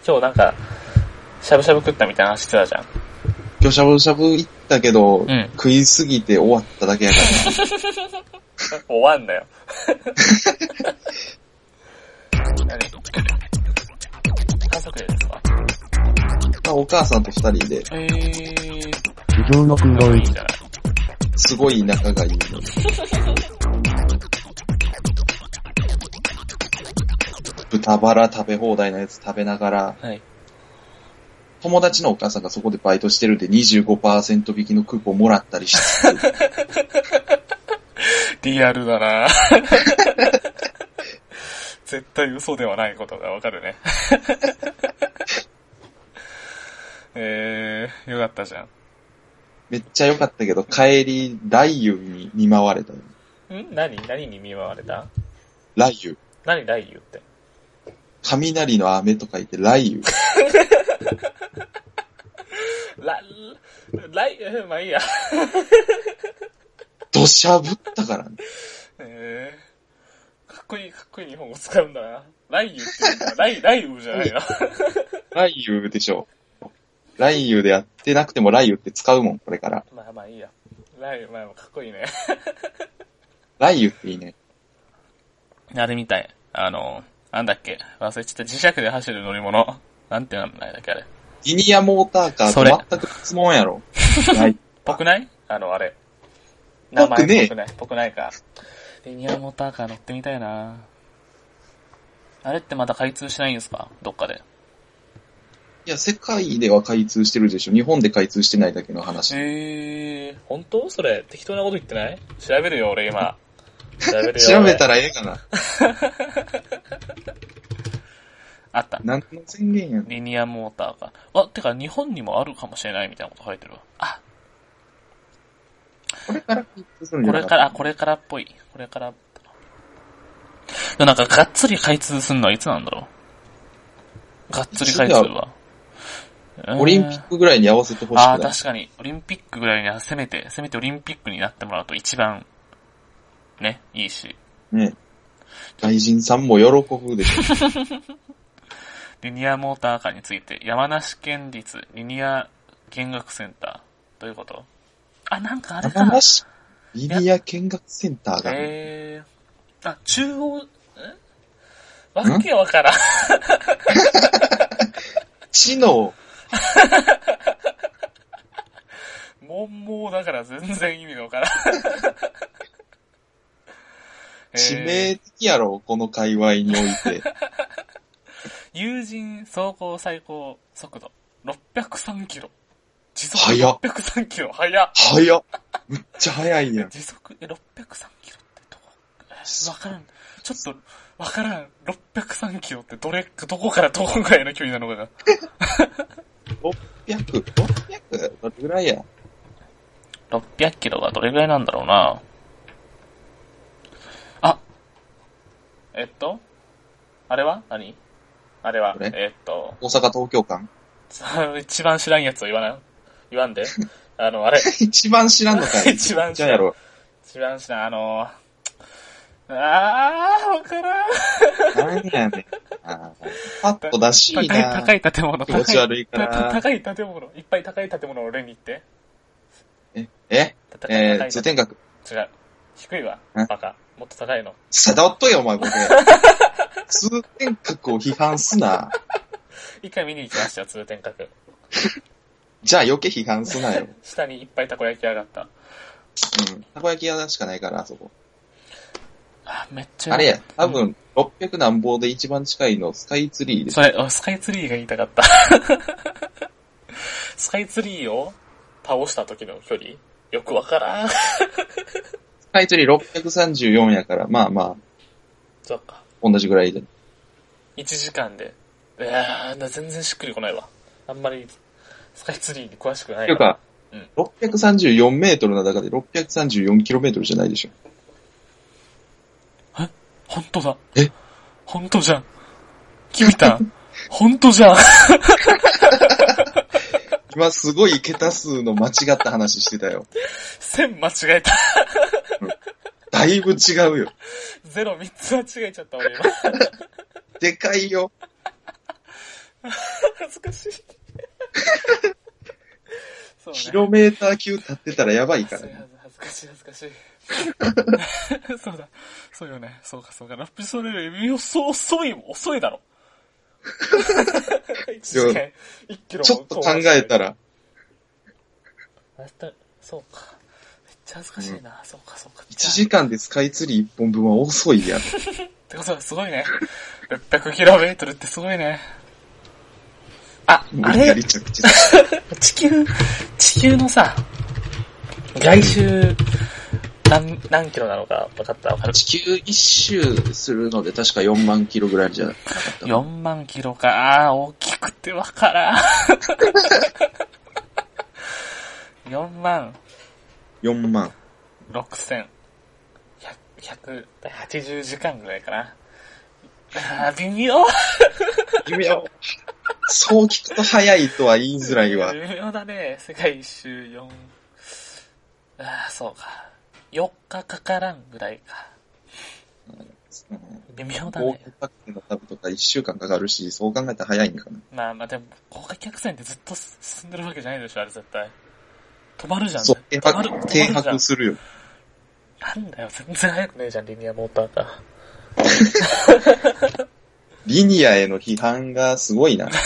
今日なんか、しゃぶしゃぶ食ったみたいな話してたじゃん。 今日しゃぶしゃぶ行ったけど、 うん、 食いすぎて終わっただけやから。 終わんなよ。何家族でですか？ お母さんと二人で。 無情の黒い。 いいじゃない。 すごい仲がいいの。豚バラ食べ放題のやつ食べながら、 はい、 友達のお母さんがそこでバイトしてるんで 25% 引きのクーポンもらったりして。 リアルだな絶対嘘ではないことがわかるね。よかったじゃん。 めっちゃ良かったけど、帰り、雷雨に見舞われた。 何に見舞われた？ 雷雨。 何雷雨って？ 雷の雨と書いて雷雨。 まあいいや。 土砂降ったからね。 かっこいい日本語使うんだな。雷雨って言うんだ。雷雨じゃないな。 雷雨でしょ。雷雨でやってなくても雷雨って使うもん、これから。 まあいいや。雷雨、まあかっこいいね。 雷雨っていいね。 あれみたい。なんだっけ。忘れちゃった。磁石で走る乗り物。なんてなんだっけ、あれ。 リニアモーターカーと全く質問やろ。 ぽくないあれ。名前ぽくないか。リニアモーターカー乗ってみたいな。あれってまだ開通しないんですか？どっかで。 いや、世界では開通してるでしょ。日本で開通してないだけの話。 本当？それ、適当なこと言ってない？調べるよ、俺今。調べるよ。 調べたらええかな。 あった。 何の宣言やん。 リニアモーターか。てか日本にもあるかもしれないみたいなこと書いてるわ。あ。 これから開通するんじゃないか。 これからっぽい。これから。でなんかがっつり開通するのはいつなんだろう。がっつり開通は。 オリンピックぐらいに合わせてほしい。 確かに。オリンピックぐらいにはせめてオリンピックになってもらうと一番、ね、いいし。 ね。外人さんも喜ぶでしょ。 リニアモーターカーについて、山梨県立リニア見学センター。どういうこと？なんかあれか。 山梨リニア見学センターが。 中央、わけわからん。 知能。 文盲だから全然意味がわからん。 致命的やろ、この界隈において。 有人走行最高速度603キロ。時速603キロ。早っ。 めっちゃ早いやん。 時速603キロってどこ？わからん。ちょっとわからん。603キロってどこからどこぐらいの距離なのかが。 600？ どれぐらいや？ 600キロがどれぐらいなんだろうな。あれは何？あれは、 大阪東京間一番知らんやつを言わんで。あれ。 一番知らんのかい。 一番知らん。 やろ。 一番知らん。わからん。 何やねん。パッと出しいな。 高い建物。 気持ち悪いから。 高い建物。いっぱい高い建物を俺に言って。 通天閣。 違う。低いわ。バカ。もっと高いの。 さだっとけお前ボケ。通天閣を批判すな。 一回見に行きましたよ、通天閣。 じゃあ余計批判すなよ。 下にいっぱいたこ焼き屋があった。 たこ焼き屋しかないから、あそこ。 めっちゃ。 あれや、多分、600何本で一番近いのスカイツリーです。 それ、スカイツリーが言いたかった。スカイツリーを倒した時の距離よくわからん。 スカイツリー634やから、まあ。 そっか。 同じぐらいで。 1時間で。全然しっくりこないわ。あんまり、スカイツリーに詳しくないわ。 ていうか、634メートルの中で634キロメートルじゃないでしょ。 ほんとだ。ほんとじゃん。キビタン。ほんとじゃん。 今すごい桁数の間違った話してたよ。 線間違えた。 だいぶ違うよ。 ゼロ3つ間違えちゃった俺今。 でかいよ。 恥ずかしい。 そうね、キロメーター級立ってたらやばいからね。 恥ずかしい。そうだ。そうよね。そうか。ラプソレル、遅いだろ。1時間1キロもちょっと考えたら。 そうか。めっちゃ恥ずかしいな。そうか。 1時間でスカイツリー1本分は遅いやろ。 ってことはすごいね。600km ってすごいね。あれ地球のさ、外周、何キロなのか分かった？分かる？ 地球一周するので確か4万キロぐらいじゃなかった。 4万キロか。大きくて分からん。4万。6180時間ぐらいかな。微妙。 そう聞くと早いとは言いづらいわ。 微妙だね。世界一周4。そうか。4日かからんぐらいか。微妙だね。 豪華客船の旅とか1週間かかるし、そう考えたら早いんかな。 まあでも、豪華客船ってずっと進んでるわけじゃないでしょ、あれ絶対。止まるじゃん。 そう、停泊するよ。 なんだよ、全然早くねえじゃん、リニアモーターか。 リニアへの批判がすごいな。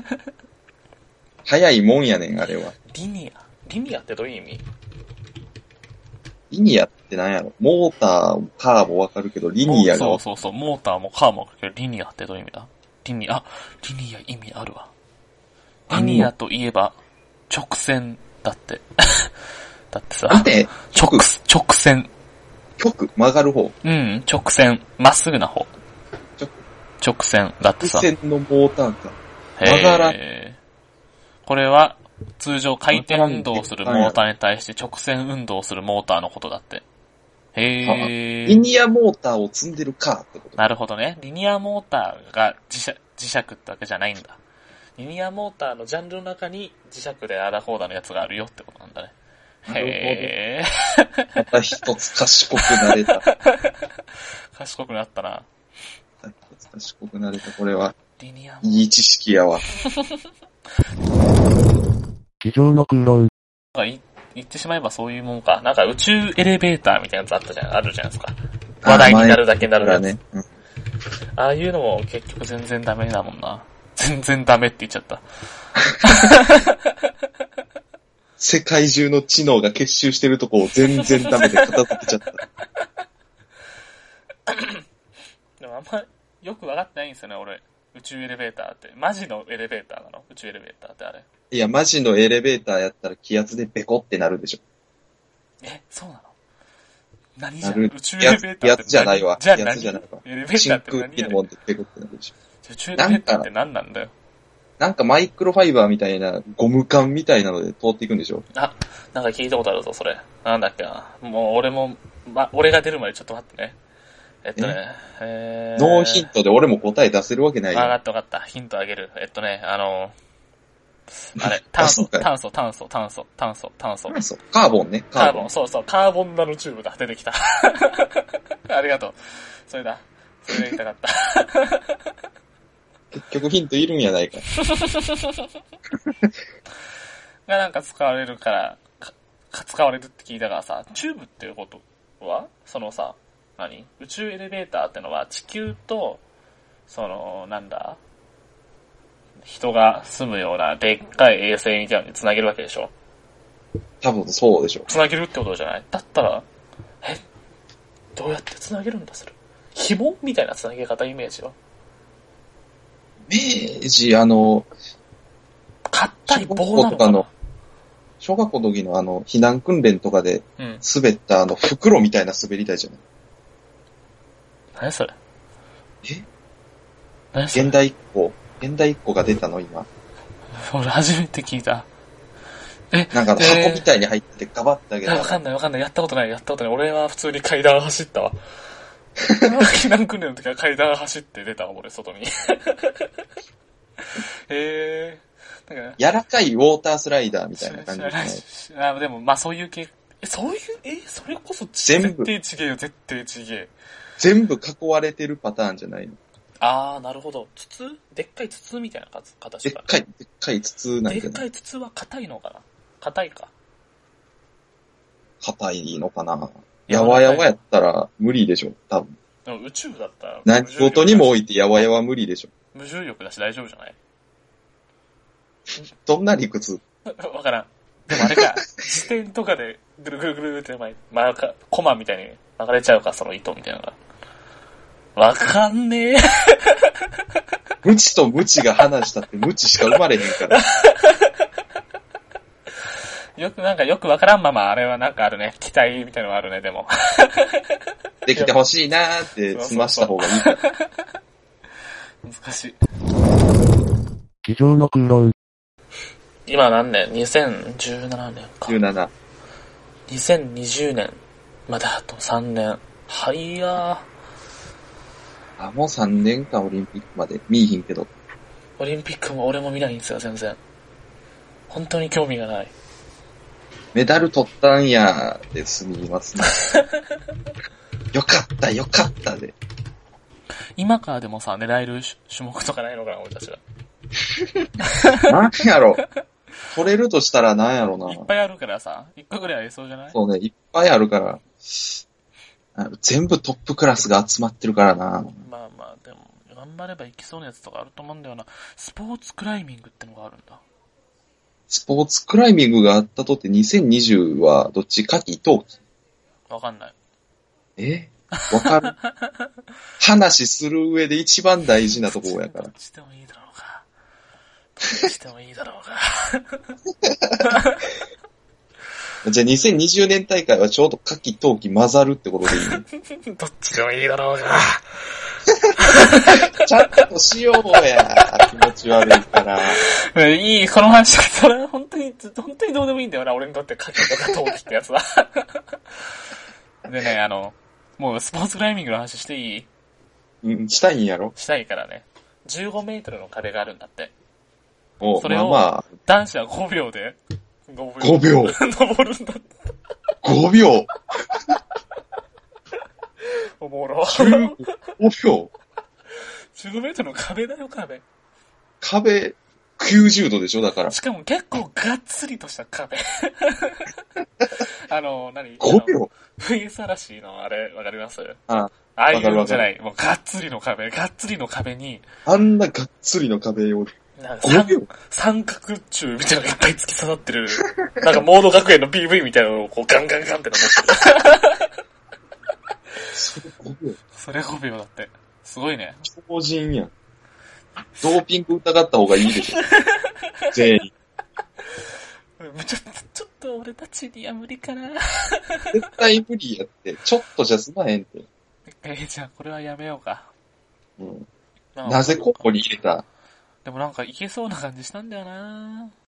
早いもんやねん、あれは。 リニアってどういう意味？ リニアって何やろ？モーター、カーもわかるけど、リニアが。 そう、モーターもカーもわかるけど、リニアってどういう意味だ？リニア意味あるわ。リニアといえば、直線だって。だってさ、直線。 曲がる方。 うん、直線。まっすぐな方。直線。だってさ。 直線のモーターか。曲がらん。 これは、通常回転運動をするモーターに対して直線運動をするモーターのことだって。 リニアモーターを積んでるカーってこと？ なるほどね。リニアモーターが磁石ってわけじゃないんだ。リニアモーターのジャンルの中に磁石でアラフォーダのやつがあるよってことなんだね。へー。また一つ賢くなれた。 賢くなったな。 賢くなれた、これは。 リニアいい知識やわ。 机上の空論。 言ってしまえばそういうもんか。なんか宇宙エレベーターみたいなやつあるじゃないですか。話題になるだけになるやつ。ね、ああいうのも結局全然ダメだもんな。全然ダメって言っちゃった。 世界中の知能が結集してるとこを全然ダメで片付けちゃった。 でもあんまよくわかってないんですよね、俺。宇宙エレベーターって。マジのエレベーターなの？宇宙エレベーターってあれ。 いや、マジのエレベーターやったら気圧でベコってなるでしょ。 そうなの？何じゃん？宇宙エレベーターって気圧じゃないわ。 じゃあ何？ 気圧じゃないわ。 エレベーターって何やねん？ 真空気のもんでベコってなるでしょ。 宇宙エレベーターって何なんだよ。 なんかマイクロファイバーみたいなゴム管みたいなので通っていくんでしょ？ なんか聞いたことあるぞ、それ。なんだっけな。もう俺が出るまでちょっと待ってね。 ノーヒントで俺も答え出せるわけないよ。 わかった。ヒントあげる。炭素。カーボンね。 カーボン。そう、カーボンナノチューブだ。出てきた。ありがとう。それだ。それが言いたかった。 結局ヒントいるんやないか。 がなんか使われるって聞いたからさ、チューブっていうことは宇宙エレベーターってのは地球と、人が住むようなでっかい衛星みたいなのに繋げるわけでしょ？ 多分そうでしょ。 繋げるってことじゃない？だったら、どうやって繋げるんだそれ？紐みたいな繋げ方イメージは？硬い棒なのかな？ 小学校の時の避難訓練とかで滑った袋みたいな滑り台じゃない？ 何それ？ 現代1個が出たの今。 俺初めて聞いた。 なんか箱みたいに入ってガバッてあげた。 わかんない。やったことない。俺は普通に階段走ったわ。避難訓練の時は階段走って出たわ、俺、外に。 柔らかいウォータースライダーみたいな感じですね。 でも、まあそういう系、それこそ絶対ちげえよ、絶対ちげえ。 全部囲われてるパターンじゃないの？ あー、なるほど。筒でっかい筒みたいな形か。 でっかい筒なんかでっかい筒は硬いのかな？硬いか。 硬いのかな。やわやわやったら無理でしょ、多分。 でも宇宙だったら。 何事にも置いてやわやわ無理でしょ。 無重力だし大丈夫じゃない？ どんな理屈？ わからん。でもあれか、自転とかでぐるぐるぐるってコマみたいに流れちゃうか、その糸みたいなのが。わかんねえ。 無知と無知が話したって無知しか生まれへんから。 よくわからんままあれはなんかあるね。期待みたいなのがあるね、でも。 できてほしいなーって済ました方がいいから。 難しい。 机上の空論。 今何年 ?2017 年か。 17。 2020年。まだあと3年。はいやあ、もう3年間オリンピックまで見いひんけど。 オリンピックも俺も見ないんですよ、全然。本当に興味がない。 メダル取ったんやーで済みますね。よかったで。 今からでもさ、狙える種目とかないのかな、俺たちは。 なんやろ。取れるとしたらなんやろな。 いっぱいあるからさ、1個ぐらいありそうじゃない？ そうね、いっぱいあるから。全部トップクラスが集まってるからな。 まあまあ、でも、頑張ればいきそうなやつとかあると思うんだよな。スポーツクライミングってのがあるんだ。 スポーツクライミングがあったとって2020はどっち？夏季冬季？ わかんない。 わかる？話する上で一番大事なところやから。 どっちでもいいだろうか。どっちでもいいだろうか。 じゃあ2020年大会はちょうど夏季冬季混ざるってことでいいね。 どっちでもいいだろうか。 ちゃんとしようや。気持ち悪いから。 いい、この話それ本当にどうでもいいんだよな、俺にとって夏季とか冬季ってやつは。でね、もうスポーツクライミングの話していい？ うん、したいんやろ？ したいからね。15メートルの壁があるんだって。 それを、 男子は5秒で、 5秒登るんだって。 5秒おもろ。 5秒 15メートルの壁だよ、壁。 壁、90度でしょだから。 しかも結構がっつりとした壁。何 ?5 秒 VS 嵐のあれ、わかります？ ああいうのじゃない。もうがっつりの壁に。 あんながっつりの壁を。5秒三角柱みたいなのがいっぱい突き刺さってる。なんかモード学園の PV みたいなのをこうガンガンガンって登ってる。 それ5秒それ5秒だって。すごいね。 超人やん。ドーピング疑った方がいいでしょ。全員。 ちょっと俺たちには無理かな。 絶対無理やって。ちょっとじゃ済まへんって。 じゃあこれはやめようか。 うん。なぜここに入れた？ でもなんかいけそうな感じしたんだよな。